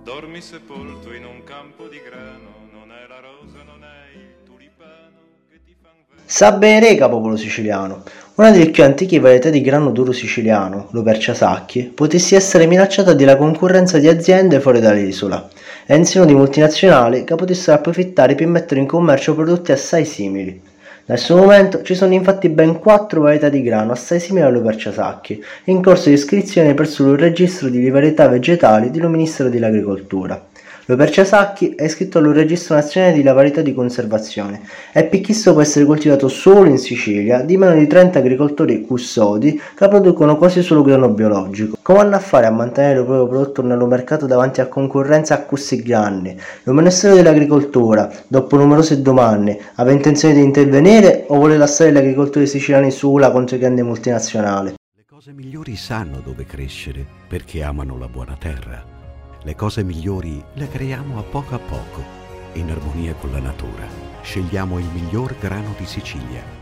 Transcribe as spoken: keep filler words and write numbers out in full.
Dormi sepolto in un campo di grano, non è la rosa, non è il tulipano che ti fan vedere. Sa bene reca, popolo siciliano. Una delle più antiche varietà di grano duro siciliano, l'Upercia Sacchi, potesse essere minacciata dalla concorrenza di aziende fuori dall'isola e in seno di multinazionali che potessero approfittare per mettere in commercio prodotti assai simili. Da questo momento ci sono infatti ben quattro varietà di grano assai simili all'Upercia Sacchi, in corso di iscrizione presso il registro di varietà vegetali del Ministero dell'Agricoltura. L'Upercia Sacchi è iscritto al Registro Nazionale di Varietà di Conservazione e per questo può essere coltivato solo in Sicilia di meno di trenta agricoltori custodi che producono quasi solo grano biologico. Come hanno a fare a mantenere il proprio prodotto nel mercato davanti a concorrenza così grande? Il Ministero dell'Agricoltura, dopo numerose domande, aveva intenzione di intervenire o vuole lasciare gli agricoltori siciliani sola contro i grandi multinazionali? Le cose migliori sanno dove crescere perché amano la buona terra. Le cose migliori le creiamo a poco a poco, in armonia con la natura. Scegliamo il miglior grano di Sicilia.